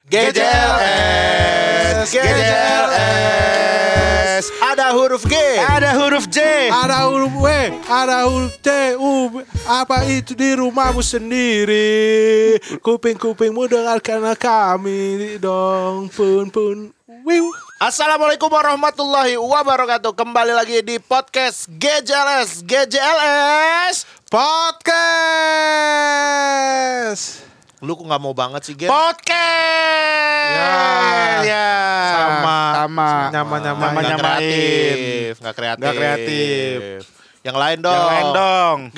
GJLS. Ada huruf G, Ada huruf J, Ada huruf W, ada huruf T, U. Apa itu di rumahmu sendiri? Kuping-kupingmu dengarkan kami dong, pun. Wiu. Assalamualaikum warahmatullahi wabarakatuh. Kembali lagi di podcast GJLS Podcast. Lu kok nggak mau banget sih, Gen? podcast. Ya. Sama. Nyamain. Nggak kreatif. Yang lain dong.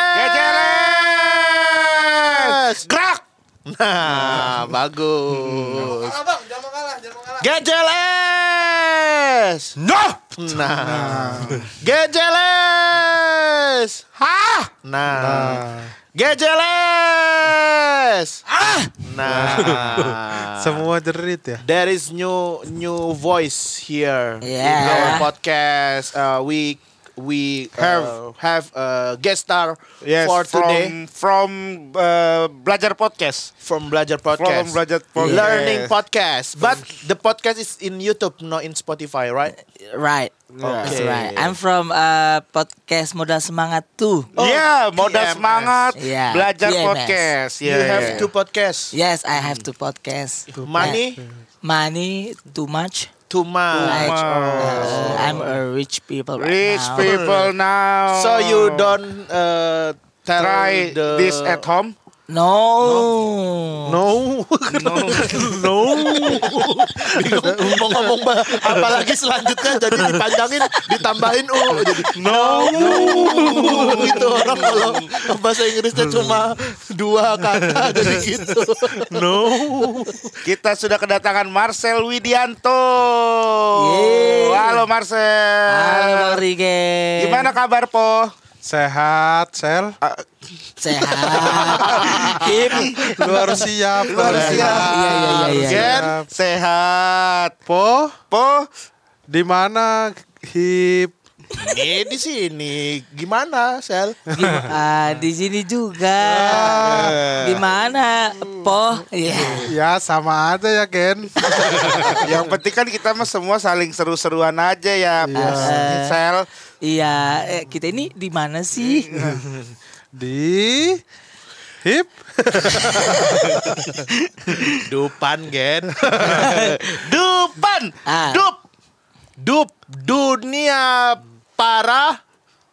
GJLS. Gerak. Nah, bagus. Jangan kalah. GJLS. No. Nah. GJLS. Hah. Nah. GJLS. Nah. Semua jerit ya. There is new voice here in Yeah. our podcast. We have a guest star for today from Belajar Podcast. from Belajar Podcast. From Belajar Podcast. Learning podcast, but the podcast is in YouTube, not in Spotify, right? Right. That's right. I'm from podcast Modal Semangat tuh. Iya, modal PMS. semangat. Yeah, Belajar PMS. podcast. You have two podcasts. Yes, I have to podcast. Money Too much. too much. Like, I'm a rich people right Rich now. people now. So you don't tell try this at home? No. Mau ngomong apalagi selanjutnya jadi dipanjangin ditambahin jadi gitu orang kalau bahasa Inggrisnya cuma dua kata jadi gitu. Kita sudah kedatangan Marcel Widianto. Yeay. Halo Marcel. Halo Bang Rige. Gimana kabar Po? Sehat, Sel. Sehat. Hip. Lu harus siap. Iya. Gen sehat. Po, di mana hip? Ini di sini gimana, Sel? Di sini juga. Gimana, Po? Iya. Ya sama aja ya, Gen. Yang penting kan kita mah semua saling seru-seruan aja ya, Sel. Iya, kita ini di mana sih? Di hip. Dupan, Gen. Dupan. Dup dunia para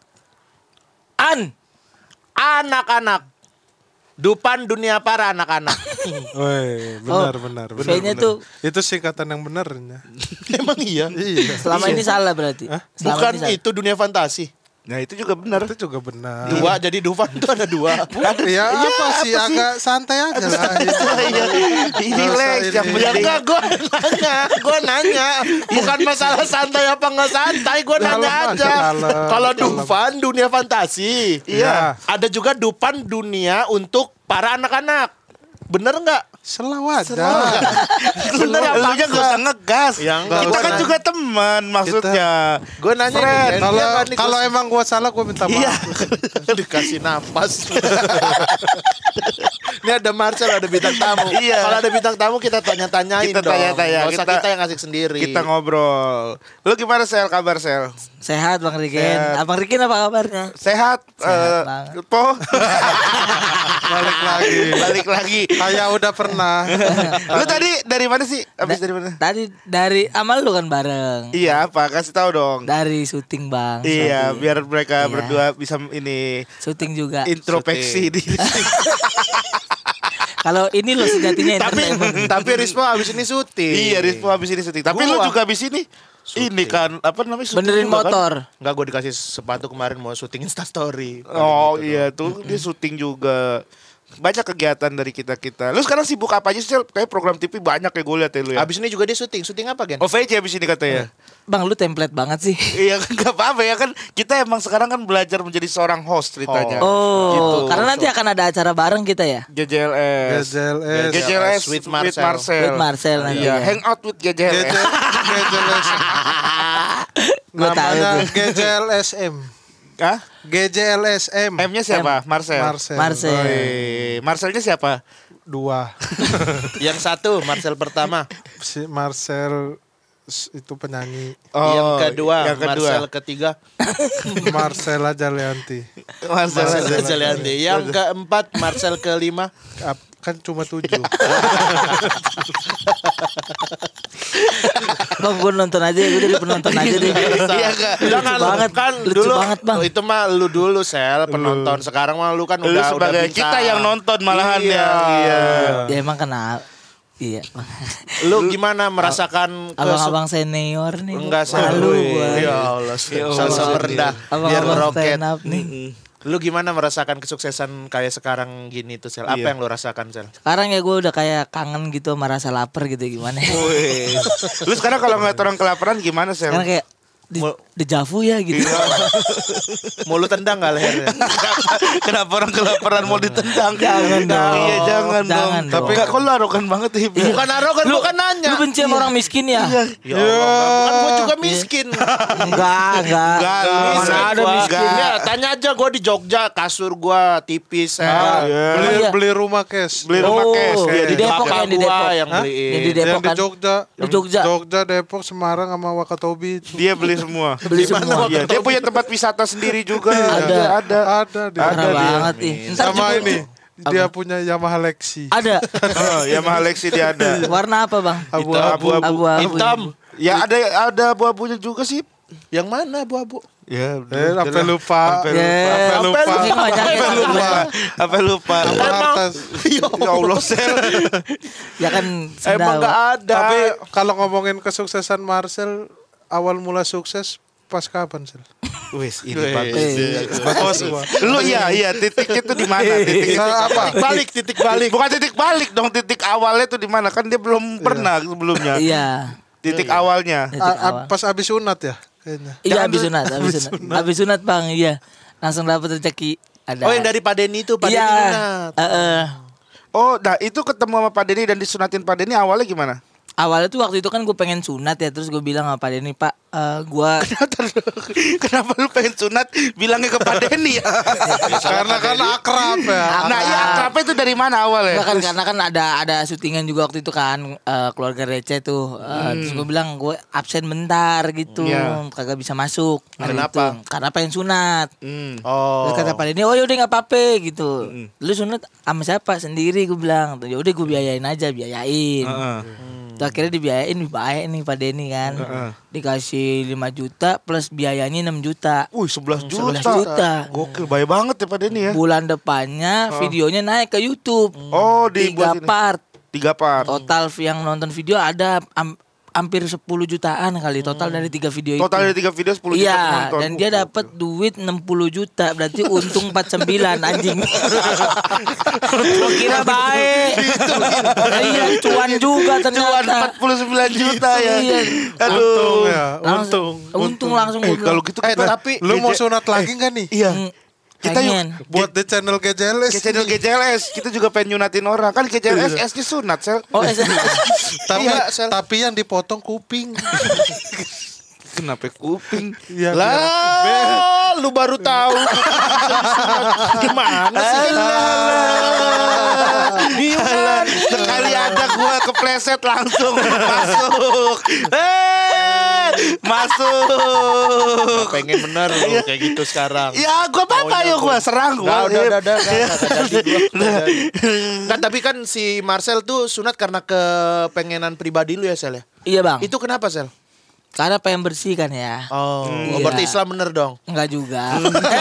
anak-anak. Dupan dunia para anak-anak. Woi, benar. V-nya tuh Itu singkatan yang benarnya. Emang iya? Iya. selama ini salah berarti. Selama Bukan ini salah. itu dunia fantasi. Nah itu juga benar. Itu juga benar. Dua, jadi Dufan itu ada dua. Ya apa sih agak santai aja lah. Ini relax yang Ya penting. enggak, gue nanya. Bukan masalah santai apa enggak santai, gue nanya aja. Kalau Dufan dunia fantasi, Iya. ada juga Dufan dunia untuk para anak-anak. Bener enggak? Selalu ada. Bener apa Lu nya gak usah ngegas. Ya, enggak. Kita kan juga teman maksudnya. Gue nanya Friend, nih, Gen. Kalau emang gua salah gua minta Iya, maaf. dikasih napas. Ini ada Marcel, ada bintang tamu. Iya. Kalau ada bintang tamu kita tanya-tanyain Kita dong. tanya-tanya. Nggak usah kita yang asik sendiri. Kita ngobrol. Lu gimana Sel, kabar Sel? Sehat Bang Rigen. Sehat. Abang Rigen apa kabarnya? Sehat. Sehat banget. Po. Balik lagi. Kayak udah pernah. Lu tadi dari mana sih? Abis dari mana? Tadi dari amal lu kan bareng. Iya, apa? Kasih tahu dong. Dari syuting Bang. Iya, Tadi. biar mereka Iya. berdua bisa ini Syuting juga. introspeksi diri. Kalau ini lo sejatinya Tapi Rispo abis ini syuting. Iya, Rispo habis ini syuting. Tapi lu Gua. juga habis ini ini kan apa namanya syuting benerin juga kan? motor. Enggak, gue dikasih sepatu kemarin mau syuting Instastory. Oh Gitu iya dong. tuh dia syuting juga. Banyak kegiatan dari kita-kita. Lu sekarang sibuk apa aja sih? Sel? Kayak program TV banyak ya gue liat ya lu ya. Abis ini juga dia syuting. Syuting apa, Gen? OVJ abis ini katanya. Bang lu template banget sih. Iya kan gak apa-apa ya kan. Kita emang sekarang kan belajar menjadi seorang host ceritanya. Oh, Gitu. karena nanti akan ada acara bareng kita ya. GJLS. GJLS. with with Marcel. Marcel. With Marcel nanti Iya, ya. hang out with GJLS. GJLS. Gue tahu Namanya tuh. GJLSM. Hah? GJLSM. M-nya siapa? Marcel. Marcel. Marcelnya siapa? 2. Yang satu Marcel pertama. Si Marcel itu penyanyi. Yang kedua yang kedua. Marcel ketiga. Marcella Jalianti. Marcel Jalianti. Yang keempat Marcel kelima. Kan cuma 7. Bang, gue nonton aja, gue jadi penonton aja deh. Iya jangan banget, kan lucu dulu banget, Bang. Itu mah lu dulu Sel penonton. Sekarang mah lu kan Lu udah sebagai bintang. kita yang nonton malahan Iya. ya. Ya emang kenal. Iya. Lu gimana merasakan Abang-abang senior nih. Enggak malu Sel. gua. Ya Allah, salsa merendah biar Abang-abang meroket. stand up nih. Lu gimana merasakan kesuksesan kayak sekarang gini tuh Sel? Apa Iya. yang lu rasakan Sel? Sekarang ya gue udah kayak kangen gitu, merasa lapar gitu gimana ya. Wih. Lu sekarang kalau ngeliat orang kelaparan gimana Sel? Sekarang kayak dejavu ya gitu. Mau lu tendang gak lehernya? Kenapa orang kelaparan mau ditendang? Jangan dong. Iya jangan Jangan dong. Tapi dong. kok lu arogan banget ya? Bukan arogan, bukan nanya. Lu benci sama orang miskin ya? Ya Allah, bukan gua juga miskin. Enggak. Enggak, lu Mana miskin. ada Gua. miskinnya? Tanya aja gua di Jogja, kasur gua tipis Sel. Iya. Beli rumah cash. Beli rumah cash. Oh, Iya. di Depok Kakak ya, di gua Depok. yang Hah? beliin. Yang di Depok Yang di kan? Jogja. Di Jogja. Jogja, Depok, Semarang sama Wakatobi itu. Dia beli semua. Beli semua. Iya, dia punya tempat wisata sendiri juga. Ada. Ada dia. Parah dia. banget nih. Ntar Sama juga- ini. Dia punya Yamaha Lexi. Ada. Oh, Yamaha Lexi dia ada. Warna apa, Bang? Abu-abu. Abu-abu. Hitam. Ya ada abu-abunya juga sih. Yang mana abu-abu? Ya, Sampai lupa. Sampai Ya. lupa. Saking banyaknya. Sampai lupa. Sampai lupa. Atas. Ya Allah, Sel. Ya kan Emang sendal. gak ada. Tapi kalau ngomongin kesuksesan Marcel, awal mula sukses pas kapan, Sel? Wis, ini Wih. bagus. Bagus semua. Lu iya, titiknya tuh di mana? Titik Apa? Titik balik. Bukan titik balik dong, titik awalnya tuh di mana? Kan dia belum pernah sebelumnya. Iya. Titik awalnya. Pas abis sunat ya, kayaknya. Iya, habis sunat. Habis sunat, Bang. Iya. Langsung dapat rezeki. Ada. Oh yang dari Pak Denny itu, Pak Denny Iya. Lunat. Oh, nah itu ketemu sama Pak Denny dan disunatin Pak Denny awalnya gimana? Awalnya tuh waktu itu kan gue pengen sunat ya. Terus gue bilang sama Pak Denny, Pak, gue Kenapa lu pengen sunat bilangnya ke Pak Denny ya? Karena kan akrab ya. Nah, iya akrabnya itu dari mana awalnya? Enggak kan karena kan ada syutingan juga waktu itu kan keluarga Receh tuh. Terus gue bilang gue absen bentar gitu, Iya. kagak bisa masuk. Hari Kenapa? itu. Karena pengen sunat. Oh. Terus kata Pak Denny, oh yaudah nggak apa-apa gitu. Lu sunat sama siapa? Sendiri gue bilang. Ya udah gue biayain aja, biayain. Terus akhirnya dibiayain baik nih Pak Denny kan. Dikasih 5 juta plus biayanya 6 juta. 11 11 juta. Gokil, baik banget ya Pak Denny ya. Bulan depannya videonya naik ke YouTube. Oh, 3 dibuat ini. part. 3 part. Total yang nonton video ada hampir 10 jutaan kali total dari 3 video itu. Total dari 3 video 10 juta Iya, penonton. dan dia dapat duit 60 juta, berarti untung 49 anjing. Gua kira baik. Iya, cuan juga Cuan ternyata. 49 juta ya. Iya. Untung Aduh. ya, untung. Untung langsung gua bilang. Kalau gitu kita Tapi Lu mau sunat lagi nggak nih? iya. Kita yuk pengen. Buat di channel GJLS. ke channel GJLS, kita juga pengen nyunatin orang. Kan GJLS S-nya sunat, Sel. Oh, Tapi, Iya, Sel. tapi yang dipotong kuping. Kenapa kuping? Iya. lah, lu baru tahu. Gimana sih? Alah, sekali ada gua kepleset langsung masuk. Masuk. Pengen bener lu kayak gitu sekarang. Ya, gua apa yuk gua serang gua. Udah, Kan tapi kan si Marcel tuh sunat karena kepengenan pribadi lu ya Sel ya? Iya, Bang. Itu kenapa Sel? Karena pengen bersih kan ya. Oh, Iya. berarti Islam bener dong. Enggak juga.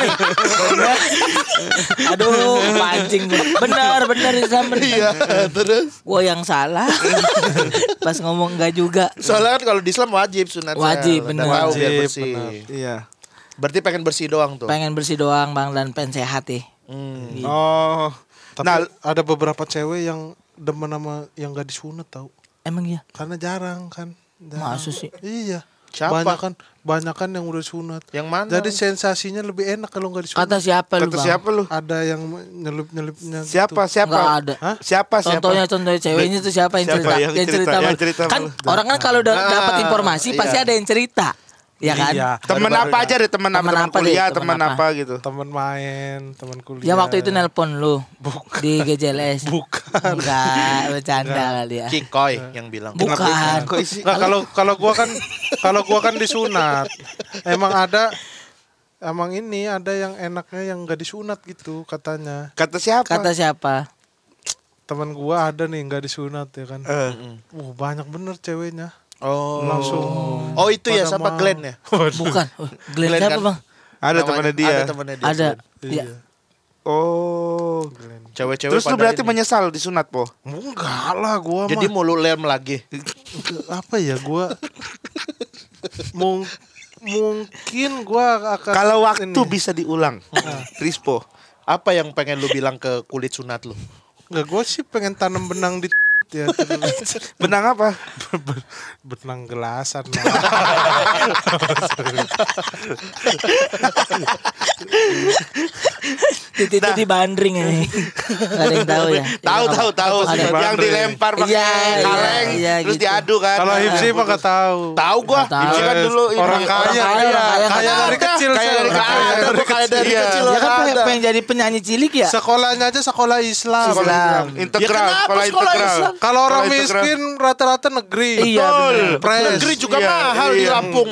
Aduh, pancing. Benar Islam benar. Iya, terus? Gua yang salah. Pas ngomong enggak juga. Soalnya kan kalau di Islam wajib sunat. Wajib, Sel. bener. Tahu biar Wajib, bersih. bener. Iya. Berarti pengen bersih doang tuh. Pengen bersih doang, Bang, dan pengen sehat ya. Hmm. Oh. Tapi Nah, ada beberapa cewek yang demen sama yang gak disunat tau. Emang iya? Karena jarang kan. Jarang. Masa sih? Iya. Siapa? Banyak kan yang udah sunat. Yang mana? Jadi sensasinya lebih enak kalau nggak disunat. Kata siapa lu, kata Bang? siapa lu? Ada yang nyelip-nyelipnya. Siapa? gitu. Siapa? Enggak ada. Hah? Siapa? Contohnya ceweknya tuh siapa yang Siapa cerita? yang cerita? Bang. Yang cerita, Kan Bang. orang kan kalau dapat informasi pasti iya. ada yang cerita. Ya kan? Iya. Temen apa aja deh, temen Temen apa kuliah, deh, temen temen apa gitu. Teman main, teman kuliah. Ya waktu itu nelpon lu di GJLS. Bukan. Enggak, bercanda kali ya. Kikoy yang bilang. Bukan. Kok isi? Nah, kalau gua kan disunat. Emang ini ada yang enaknya yang enggak disunat gitu katanya. Kata siapa? Kata siapa? Teman gua ada nih enggak disunat ya kan. Banyak bener ceweknya. Oh. Langsung. Oh itu ya pada sama mau. Glenn ya? Bukan. Glenn Glenn siapa, kan? Bang? Ada temennya dia. Ada temennya dia. Ada. Glenn. Iya. Oh. Cewek-cewek Terus lu pada berarti ini. menyesal disunat, Po? Enggak lah gua Jadi mah. mulu lem lagi. Apa ya gua mungkin gua akan Kalau waktu ini. bisa diulang. Rispo. Apa yang pengen lu bilang ke kulit sunat lu? Enggak, gua sih pengen tanam benang di ya. Benang apa? Benang gelasan. Itu di bandring ini. Enggak ada yang tahu ya. Tahu. Ada. Yang dilempar pakai Iya, kaleng, iya, terus gitu. diadu kan. Kalau Hipsi mah enggak tahu. Tahu gua. Tahu. Hipsi kan dulu ini Orang kaya, kaya kaya dari kecil, Kaya Sel. dari kecil. Kayak dari Iya. kecil Ya kan ada. pengen jadi penyanyi cilik ya? Sekolahnya aja sekolah Islam. Islam. Integral, Ya kenapa sekolah sekolah integral. Islam? Kalau orang Sekolah integral. miskin rata-rata negeri. Iya, benar. Pres. Negeri juga Iya, mahal di iya. Lampung.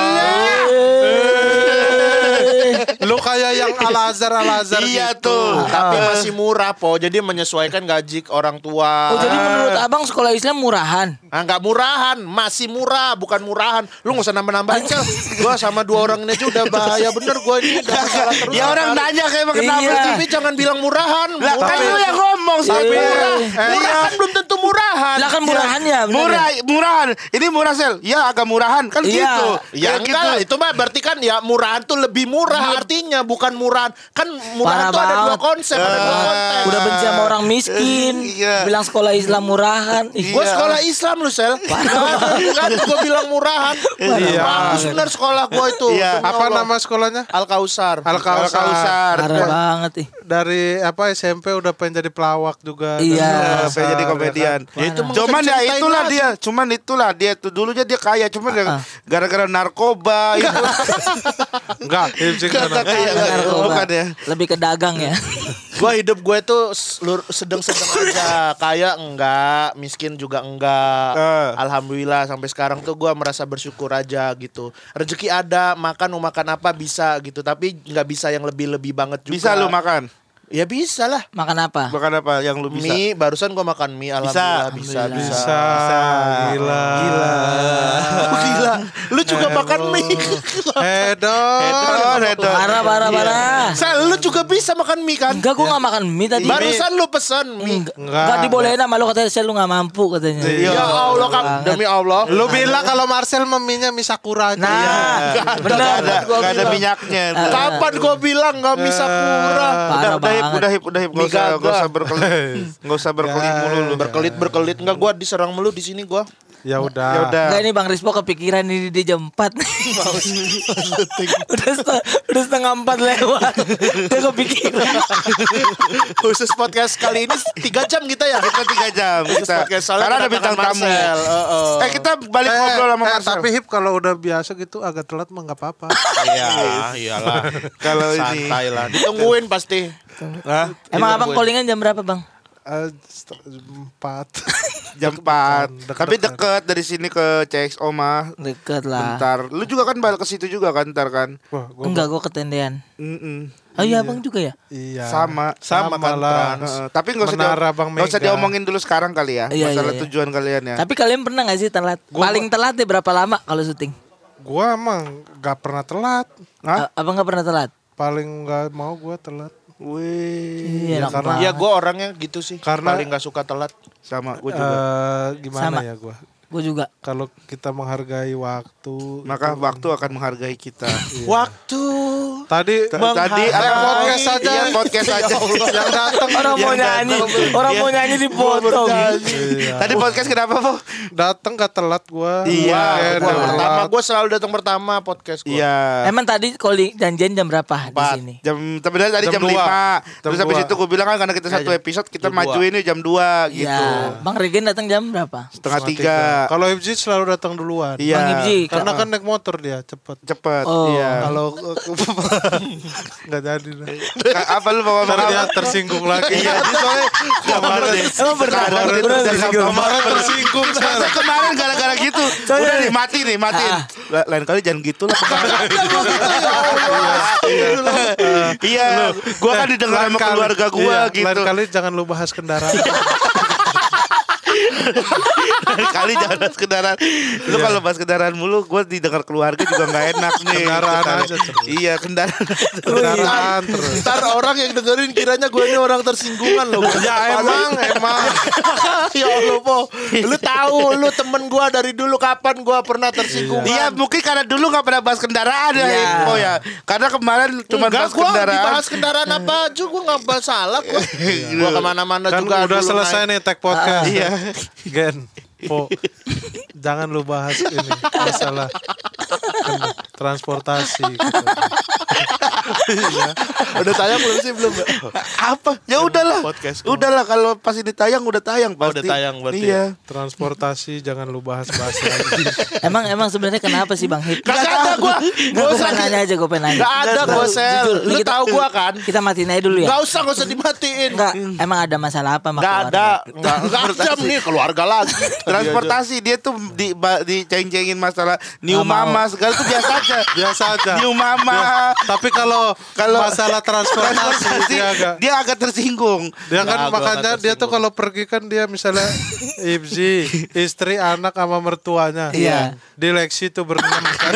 Lu kayak yang Al-Azhar Iya gitu. tuh. Tapi masih murah po, jadi menyesuaikan gaji orang tua. Oh, jadi menurut Abang sekolah Islam murahan? Enggak murahan, masih murah, bukan murahan. Lu nggak usah nambah-nambahin, Cel. Gua sama dua orang ini aja udah bahaya bener gua ini. Udah masalah terus. Ya orang nanya kayak kenapa Iya. sih? Tapi jangan bilang murahan. Lah kan lu yang ngomong sih. Tapi Iya. murah. Murah kan belum tentu murahan. Lah kan murahan ya, bener Murah, ya? murahan. Ini murah, Sel. Ya agak murahan kan Iya. gitu. Ya enggak lah, itu mah berarti kan ya murahan tuh lebih murah artinya, bukan murahan. Kan murahan Parah tuh ada dua banget. konsep, ada dua konteks. Udah benci sama orang miskin. Iya. Bilang sekolah Islam murahan. Ih, Gue sekolah Islam lu, Sel. Kan gue bilang murahan. Iya. Bagus bener sekolah gue itu. Iya. Demi Apa Allah. nama sekolahnya? Al-Kausar. Al-Kausar. parah banget ih. Dari apa SMP udah pengen jadi pelawak juga. Iya. Pengen jadi komedian. Ya, itu mah Cuman nggak ya ceritain itulah lagi. dia. Cuman itulah dia tuh dulunya dia kaya. Cuman gara-gara narkoba itu. Enggak, Hipsi kan. Kaya Narkoba. bukan ya. Lebih ke dagang ya. Gue hidup gue tuh sedang-sedang aja. Kaya enggak, miskin juga enggak. Alhamdulillah sampai sekarang tuh gue merasa bersyukur aja gitu. Rezeki ada, makan mau makan apa bisa gitu. Tapi nggak bisa yang lebih-lebih banget juga. Bisa lu makan? Ya bisa lah. Makan apa? Makan apa yang lu bisa? Mie, barusan gue makan mie. Alhamdulillah bisa. Bisa. Gila. Gila. Lu juga makan mie. Hedon. Parah. Sel, lu juga bisa makan mie kan? Enggak, gua enggak makan mie tadi. Barusan lu pesen mie. Enggak dibolehin sama lu, katanya saya lu enggak mampu katanya. Ya Allah kan, demi Allah. Lu bilang kalau Marcel meminya mie Sakura aja. Nah, benar. Gak ada minyaknya. Kapan gue bilang nggak bisa kurang? Udah hip. Mie Gak gagal. usah berkelit. Gak usah berkelit mulu lu. Berkelit nggak gue diserang melu di sini gue. Ya udah. Enggak, ini Bang Rispo kepikiran ini di jam 4. udah setengah 4 lewat. Dia kepikiran. Khusus podcast kali ini 3 jam kita ya. Kita 3 jam. Khusus podcast soalnya Karena ada bintang kedatangan tamu. Marcel. Kita balik ngobrol sama Marcel. Tapi Hip kalau udah biasa gitu agak telat mah enggak apa-apa. Iya, iyalah. Kalau ini Santai lah. Ditungguin pasti. Emang Abang callingan jam berapa, Bang? 4. jam 4. Tapi deket dari sini ke CXO mah. Deket lah. Bentar. Lu juga kan balik ke situ juga kan ntar kan? Wah, gua Enggak, gua ketendean. Mm-mm. Oh iya, Abang juga ya? iya. Sama kan, lah. Trans. Tapi nggak usah Menara Bang nggak usah Mega. diomongin dulu sekarang kali ya. Iya, Masalah iya. tujuan kalian ya. Tapi kalian pernah gak sih telat? Paling telat deh berapa lama kalau syuting? Gua emang enggak pernah telat. Abang gak pernah telat? Paling enggak mau gua telat. Wih. Iya, karena- Iya, gue orangnya gitu sih. Karena- paling nggak suka telat. Sama gue juga. Gimana Sama. ya gua? Gue juga. Kalau kita menghargai waktu, Maka waktu akan menghargai kita. Waktu Tadi podcast saja. Iya, podcast saja. Yang datang Orang mau nyanyi dipotong. Tadi podcast kenapa, Po? datang gak telat gua. Iya, Pertama gue selalu datang pertama podcast gue. Iya. Emang tadi kalau janjian jam berapa di sini? Sebenarnya tadi jam 5. Terus habis itu gue bilang kan karena kita satu episode kita majuin nih jam 2 gitu. Ya, Bang Regen datang jam berapa? Setengah 3. Kalau Ibzi selalu datang duluan. Iya. Bang Ibzi. Karena kan naik motor dia cepet. Cepet. Oh. Iya. Kalau nggak jadi. Apa lu bawa Ntar dia tersinggung lagi. Iya, dia soalnya kemarin Emang benar? Kemarin tersinggung sekarang. kemarin gara-gara gitu. Udah nih matiin. Lain kali jangan gitu lah. Iya, gua kan didengar sama keluarga gua gitu. Lain kali jangan lu bahas kendaraan. Kali jangan bahas kendaraan. Lu kalau bahas kendaraan mulu, gue didengar keluarga juga nggak enak nih. Kendaraan Gitu. aja terus. Iya, kendaraan. Kendaraan terus. Ntar orang yang dengerin kiranya gue ini orang tersinggungan loh. Ya emang. Ya Allah, Po. Lu tahu, lu temen gue dari dulu kapan gue pernah tersinggungan. Iya, mungkin karena dulu nggak pernah bahas kendaraan ya, Iya. Info ya. Karena kemarin cuma Enggak, bahas gue kendaraan. dibahas kendaraan apa aja, gue gak masalah gue. Gue kemana-mana Kan juga udah dulu selesai naik. nih tag podcast. Iya. Gen, Po, jangan lu bahas ini masalah transportasi. Gitu. Udah tayang belum sih? Belum. Apa? Ya udahlah. Podcast. Udahlah kalau pas ini tayang udah tayang pasti. udah tayang berarti. Iya. Transportasi jangan lu bahas-bahas lagi. Emang sebenarnya kenapa sih Bang Hip? Gak ada gue. Gue pengen nanya aja, gue pengen nanya. Gak ada gue, Sel. Jujur, Lu ini kita- tahu gue kan? Kita matiin aja dulu ya. Gak usah dimatiin. Enggak, emang ada masalah apa sama Gak keluarga? ada. Gak ada nih keluarga lagi. Transportasi dia tuh diceng-cengin masalah new mama segala tuh biasa aja. Biasa aja. New mama. Tapi kalau masalah transportasi dia Dia agak tersinggung. Dia kan Nah, gua makanya nggak dia tuh kalau pergi kan dia misalnya Ibzi, istri, anak sama mertuanya. Iya. Di Lexi tuh berenam kan.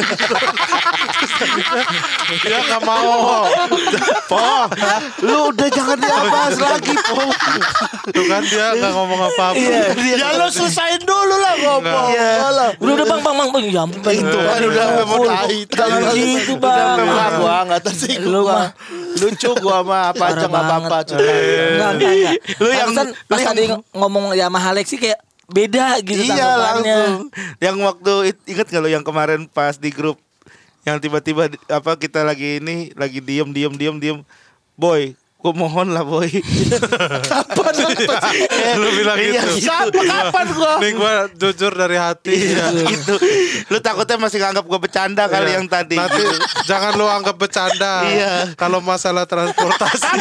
Dia nggak mau. Po, lu udah jangan dibahas lagi, Po. Tuh kan dia nggak ngomong apa-apa. Ya lo selesain dulu lah ngomong. Iya. Udah bang, ya ampun bang. Itu kan udah mau tai. Jangan gitu bang. Enggak, gua enggak tersinggung Lu gua. mah. Lucu gua mah apa aja Parah enggak apa-apa. banget. Enggak. Lu yang- Pantesan lu pas yang- tadi ngomong ya sama Alexi kayak beda gitu Iya tanggapannya. langsung. Yang waktu inget gak lo yang kemarin pas di grup yang tiba-tiba apa kita lagi diem. Boy, gue mohon lah boy. Kapan Lu bilang Iya, gitu. Siapa kapan gua? Nih gue jujur dari hati. gitu. Lu takutnya masih nganggap gue bercanda kali Iya. yang tadi. Nanti jangan lu anggap bercanda. Iya. Kalau masalah transportasi.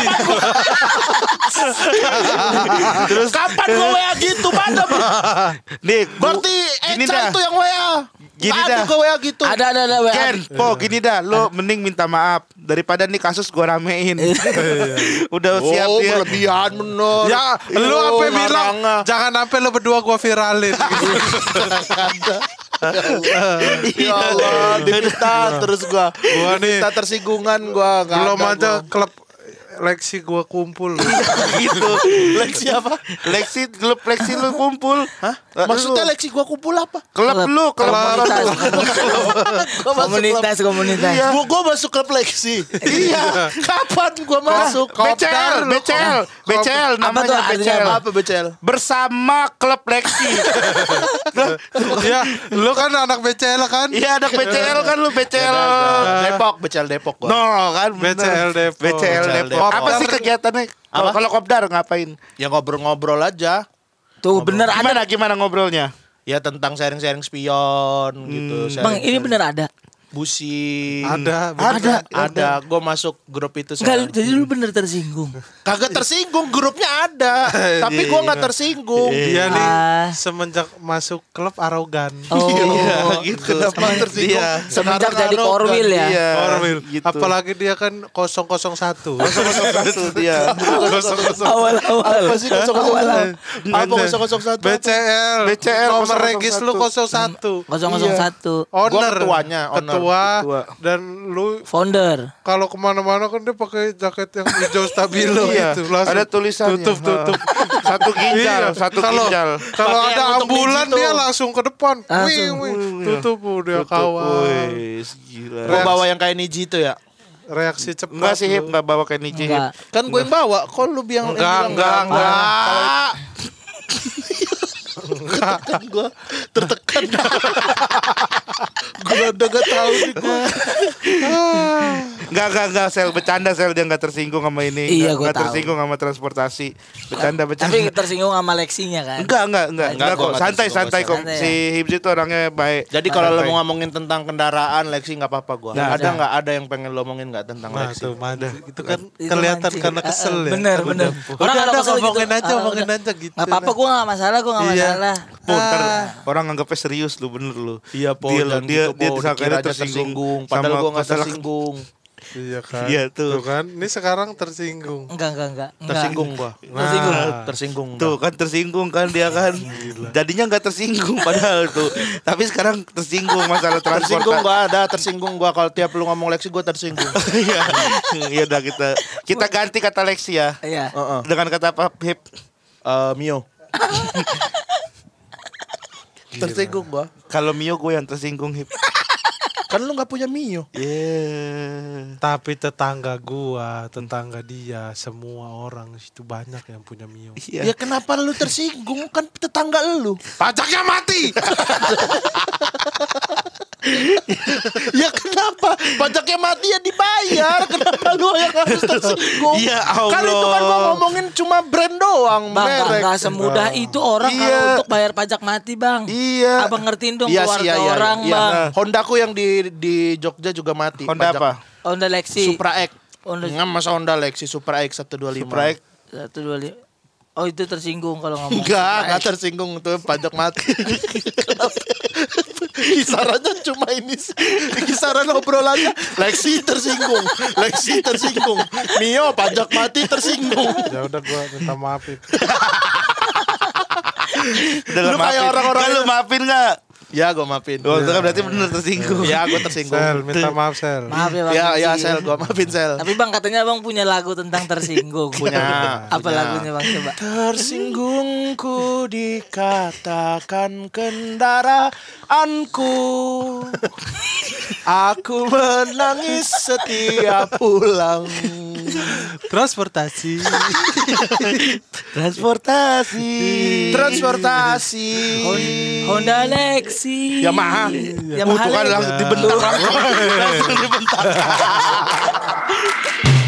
Terus kapan gua WA gitu mana? Nih, Berarti gini Eca dah. itu yang WA. Gini Nggak ada dah. gua WA gitu. Ada WA. Ken, Po gini dah, lo mending minta maaf daripada nih kasus gue ramein. Udah siap Oh, ya. berlebihan bener. Ya, lu Oh, apa bilang ngarang. jangan sampai lu berdua gua viralin. Ya Allah, diminta terus gua. Gua nih Minta tersinggungan gua nggak belum ada aja gua. klub Lexi gua kumpul. Gitu. Lexi apa? Klub Lexi lu kumpul. Hah? Maksudnya Lexi gua kumpul apa? klub lu, klub Komunitas. Gua masuk klub. Komunitas. Gua masuk klub Lexi. Iya. Kapan gua masuk? BCL Apa namanya tuh artinya BCL. Apa BCL? Bersama klub Lexi. Ya, lu kan anak BCL kan? Iya, ada BCL kan lu BCL. Depok, BCL Depok gua. No kan bener. BCL Depok. BCL BCL Depok. Depok. Apa sih kegiatannya? Apa? Kalau Kopdar ngapain? Ya ngobrol-ngobrol aja. Tuh bener ada. Gimana ngobrolnya? Ya tentang sharing-sharing spion gitu. Bang, ini bener ada. Busi. Ada. Ada. Gue masuk grup itu Enggak, sekarang. jadi lu bener tersinggung. Kagak tersinggung, grupnya ada. Tapi gue gak tersinggung. Dia nih Ah. semenjak masuk klub arogan. Oh, gitu. Kenapa tersinggung? Iya. semenjak Sekarang jadi arogan. korwil ya. Iya. Orwil. gitu. Apalagi dia kan 001. Itu dia. Awal-awal. Apa sih 001? Apa 001? BCL. BCL Nomor 001. regis lu 01. 001. Owner. Gua ketuanya, owner. Ketua. Dan lu Founder. kalau kemana-mana kan dia pakai jaket yang hijau stabilo Iya. gitu. Langsung Ada tulisannya. tutup. Satu ginjal, Iya. satu Kalau- ginjal. Kalau Pakai ada yang untuk ambulan biji tuh. dia langsung ke depan. Langsung. Wih, tutup udah kawal. Gila. Gue bawa yang kayak Niji itu ya. reaksi cepat. Enggak sih Hip, enggak bawa kayak Nici Hip. Enggak. Kan gue yang bawa, kok lu bilang Enggak. Kan gue tertekan. Gue udah gak tahu nih gue. Enggak, Sel bercanda Sel, dia enggak tersinggung sama ini. Iya, gua Enggak tahu. tersinggung sama transportasi. Bercanda. Tapi tersinggung sama leksinya kan. Enggak kok. gua Santai kok. santai. Si Hip itu orangnya baik. Jadi kalau lo Santai. mau ngomongin tentang kendaraan Lexi nggak apa-apa gue. Nggak Ada nggak ada yang pengen lo ngomongin nggak tentang Nah Lexi? tuh mana itu kan Itu kelihatan mancing. karena kesel ya. Bener. Orang kalau ada kesel gitu, ngomongin aja udah. gitu. Nggak apa-apa, gue nggak masalah, Iya. Ntar orang nganggapnya serius lu, bener lu. Iya po, Dia dan dia gitu, dia po. disangkanya Dikira aja tersinggung. Padahal sama gue nggak masalah- tersinggung. Iya kan. Iya, tuh. kan. Ini sekarang tersinggung. Enggak. Tersinggung gue. Tersinggung. Tuh kan tersinggung kan dia kan. Jadinya nggak tersinggung padahal tuh. Tapi sekarang tersinggung masalah Tersinggung transportasi. gue ada, tersinggung gue kalau tiap lu ngomong Lexi gue tersinggung. Iya. Iya udah kita ganti kata Lexi ya. Iya. Dengan kata apa Hip? Mio. Tersinggung gue. Kalau Mio gue yang tersinggung Hip. Kan lu nggak punya Mio. Yeah. Tapi tetangga dia, semua orang itu banyak yang punya Mio. Ya kenapa lu tersinggung? Kan tetangga lu. Pajaknya mati. Ya kenapa? Pajaknya mati ya dibayar. Kenapa lu yang harus tersinggung? Ya Allah. Kan itu kan gua ngomongin cuma brand doang, Bang, merek. nggak semudah itu orang Iya. kalau untuk bayar pajak mati, Bang. Iya. Abang ngertiin dong Iya keluarga sih, iya, orang, iya. Bang. Hondaku yang di Jogja juga mati. Honda pajak. apa? Honda Lexi. Supra X. Honda Nggak masa Honda Lexi Supra X 125. Supra X. 125. Oh, itu tersinggung kalau ngomong. Enggak tersinggung tuh pajak mati. Kisarannya cuma ini sih. Kisaran obrolannya Lexi tersinggung. Mio pajak mati tersinggung. Ya udah gua minta maaf. Lu kayak orang-orang Lu maafin enggak? Ya gue maafin. Oh, itu kan berarti bener tersinggung. Ya gue tersinggung. Sel, minta maaf Sel. Maaf ya, Bang. Ya Lexi. Sel, gue maafin Sel. Tapi Bang katanya Bang punya lagu tentang tersinggung. Punya. Apa lagunya Bang coba? Tersinggungku dikatakan kendaraanku. Aku menangis setiap pulang. Transportasi. Transportasi. Honda Lexi. Yamaha. Yamaha Tuh kan Lexi. langsung dibentak. Langsung dibentak.